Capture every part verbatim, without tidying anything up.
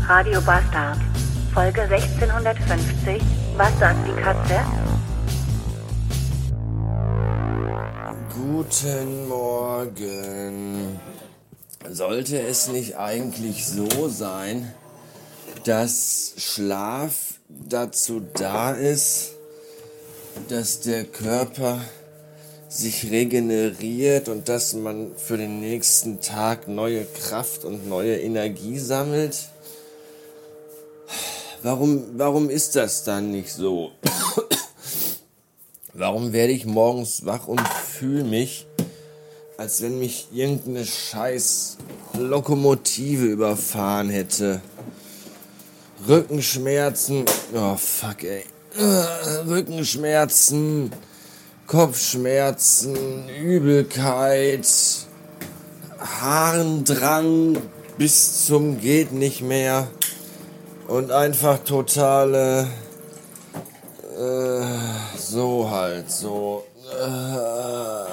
Radio Bastard, Folge sechzehnhundertfünfzig. Was sagt die Katze? Guten Morgen. Sollte es nicht eigentlich so sein, dass Schlaf dazu da ist, dass der Körper sich regeneriert und dass man für den nächsten Tag neue Kraft und neue Energie sammelt? Warum, warum ist das dann nicht so? Warum werde ich morgens wach und fühle mich, als wenn mich irgendeine scheiß Lokomotive überfahren hätte? Rückenschmerzen, oh fuck ey, Rückenschmerzen, Kopfschmerzen, Übelkeit, Harndrang bis zum geht nicht mehr und einfach totale, äh, so halt, so, äh.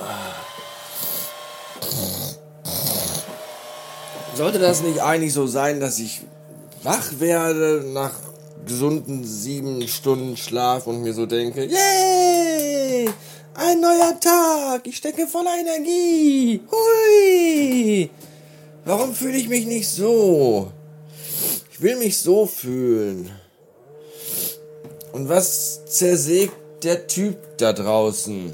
Sollte das nicht eigentlich so sein, dass ich wach werde nach gesunden sieben Stunden Schlaf und mir so denke, yay, ein neuer Tag, ich stecke voller Energie, hui. Warum fühle ich mich nicht so? Ich will mich so fühlen. Und was zersägt der Typ da draußen?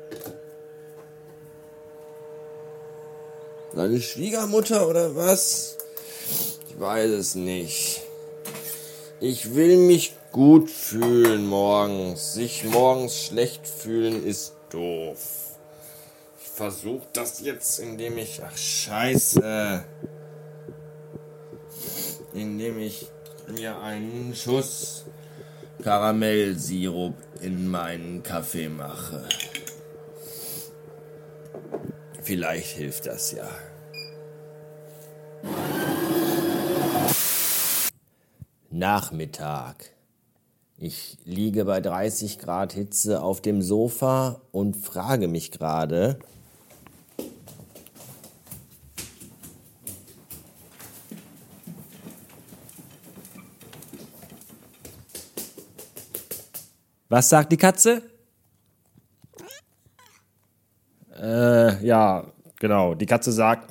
Seine Schwiegermutter oder was? Ich weiß es nicht. Ich will mich gut fühlen morgens. Sich morgens schlecht fühlen ist doof. Ich versuche das jetzt, indem ich... Ach, scheiße. Indem ich mir einen Schuss Karamellsirup in meinen Kaffee mache. Vielleicht hilft das ja. Nachmittag. Ich liege bei dreißig Grad Hitze auf dem Sofa und frage mich gerade, was sagt die Katze? Äh, ja, genau. Die Katze sagt,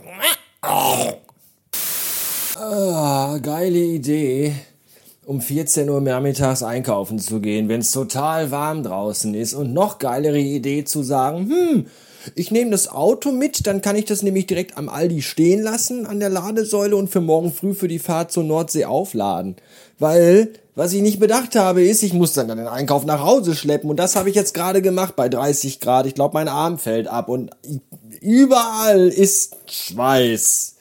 ah, geile Idee, um vierzehn Uhr nachmittags einkaufen zu gehen, wenn es total warm draußen ist. Und noch geilere Idee zu sagen, hm, ich nehme das Auto mit, dann kann ich das nämlich direkt am Aldi stehen lassen an der Ladesäule und für morgen früh für die Fahrt zur Nordsee aufladen. Weil, was ich nicht bedacht habe, ist, ich muss dann den Einkauf nach Hause schleppen. Und das habe ich jetzt gerade gemacht bei dreißig Grad. Ich glaube, mein Arm fällt ab und überall ist Schweiß.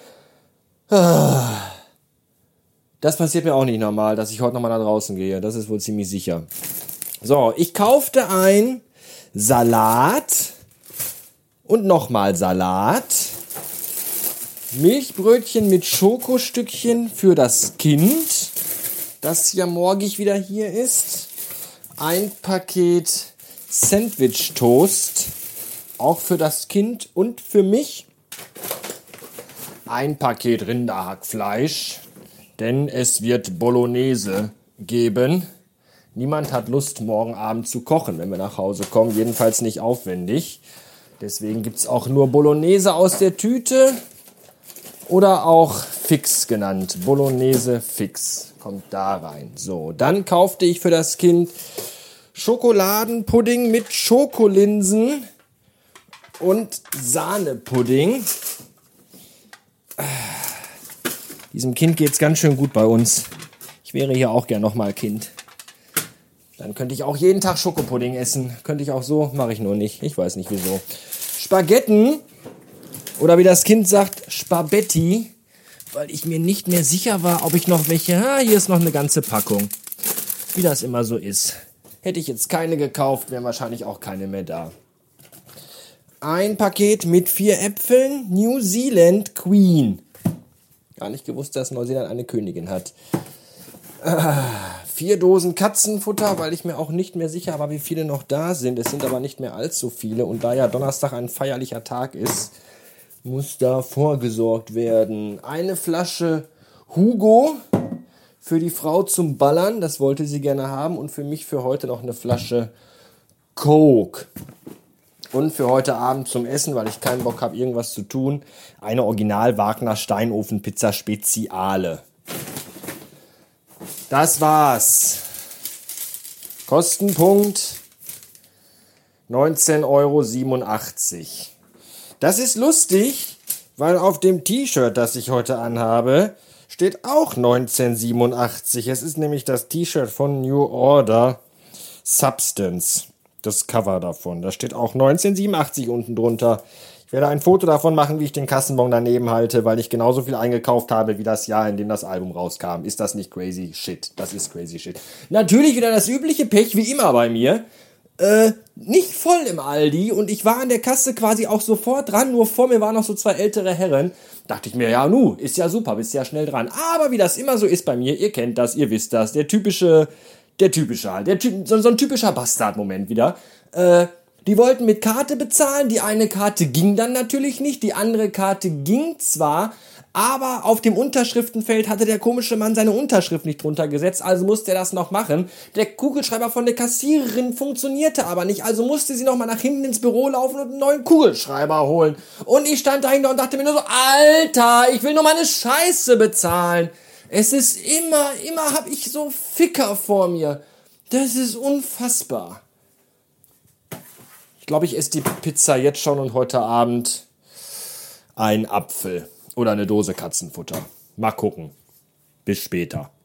Das passiert mir auch nicht normal, dass ich heute nochmal nach draußen gehe. Das ist wohl ziemlich sicher. So, ich kaufte ein Salat und nochmal Salat. Milchbrötchen mit Schokostückchen für das Kind, das ja morgig wieder hier ist. Ein Paket Sandwich-Toast, auch für das Kind und für mich. Ein Paket Rinderhackfleisch, denn es wird Bolognese geben. Niemand hat Lust, morgen Abend zu kochen, wenn wir nach Hause kommen. Jedenfalls nicht aufwendig. Deswegen gibt es auch nur Bolognese aus der Tüte oder auch fix genannt. Bolognese fix kommt da rein. So, dann kaufte ich für das Kind Schokoladenpudding mit Schokolinsen und Sahnepudding. Diesem Kind geht's ganz schön gut bei uns. Ich wäre hier auch gern nochmal Kind. Dann könnte ich auch jeden Tag Schokopudding essen. Könnte ich auch so, mache ich nur nicht. Ich weiß nicht wieso. Spaghetten, oder wie das Kind sagt, Spabetti, weil ich mir nicht mehr sicher war, ob ich noch welche... Ha, hier ist noch eine ganze Packung. Wie das immer so ist. Hätte ich jetzt keine gekauft, wären wahrscheinlich auch keine mehr da. Ein Paket mit vier Äpfeln, New Zealand Queen. Gar nicht gewusst, dass Neuseeland eine Königin hat. Ah, vier Dosen Katzenfutter, weil ich mir auch nicht mehr sicher war, wie viele noch da sind. Es sind aber nicht mehr allzu viele. Und da ja Donnerstag ein feierlicher Tag ist, muss da vorgesorgt werden. Eine Flasche Hugo für die Frau zum Ballern, das wollte sie gerne haben, und für mich für heute noch eine Flasche Coke. Und für heute Abend zum Essen, weil ich keinen Bock habe, irgendwas zu tun, eine Original Wagner Steinofen Pizza Speziale. Das war's. Kostenpunkt neunzehn Euro siebenundachtzig. Das ist lustig, weil auf dem T-Shirt, das ich heute anhabe, steht auch neunzehn siebenundachtzig. Es ist nämlich das T-Shirt von New Order Substance. Das Cover davon. Da steht auch neunzehn siebenundachtzig unten drunter. Ich werde ein Foto davon machen, wie ich den Kassenbon daneben halte, weil ich genauso viel eingekauft habe, wie das Jahr, in dem das Album rauskam. Ist das nicht crazy shit? Das ist crazy shit. Natürlich wieder das übliche Pech, wie immer bei mir. Äh, nicht voll im Aldi, und ich war an der Kasse quasi auch sofort dran, nur vor mir waren noch so zwei ältere Herren. Dachte ich mir, ja nu, ist ja super, bist ja schnell dran. Aber wie das immer so ist bei mir, ihr kennt das, ihr wisst das, der typische, der typische halt, der, so, so ein typischer Bastard-Moment wieder. Äh, die wollten mit Karte bezahlen, die eine Karte ging dann natürlich nicht, die andere Karte ging zwar, aber auf dem Unterschriftenfeld hatte der komische Mann seine Unterschrift nicht drunter gesetzt, also musste er das noch machen. Der Kugelschreiber von der Kassiererin funktionierte aber nicht, also musste sie nochmal nach hinten ins Büro laufen und einen neuen Kugelschreiber holen. Und ich stand dahinter und dachte mir nur so, Alter, ich will nur meine Scheiße bezahlen. Es ist immer, immer hab ich so Ficker vor mir. Das ist unfassbar. Ich glaube, ich esse die Pizza jetzt schon und heute Abend ein Apfel oder eine Dose Katzenfutter. Mal gucken. Bis später.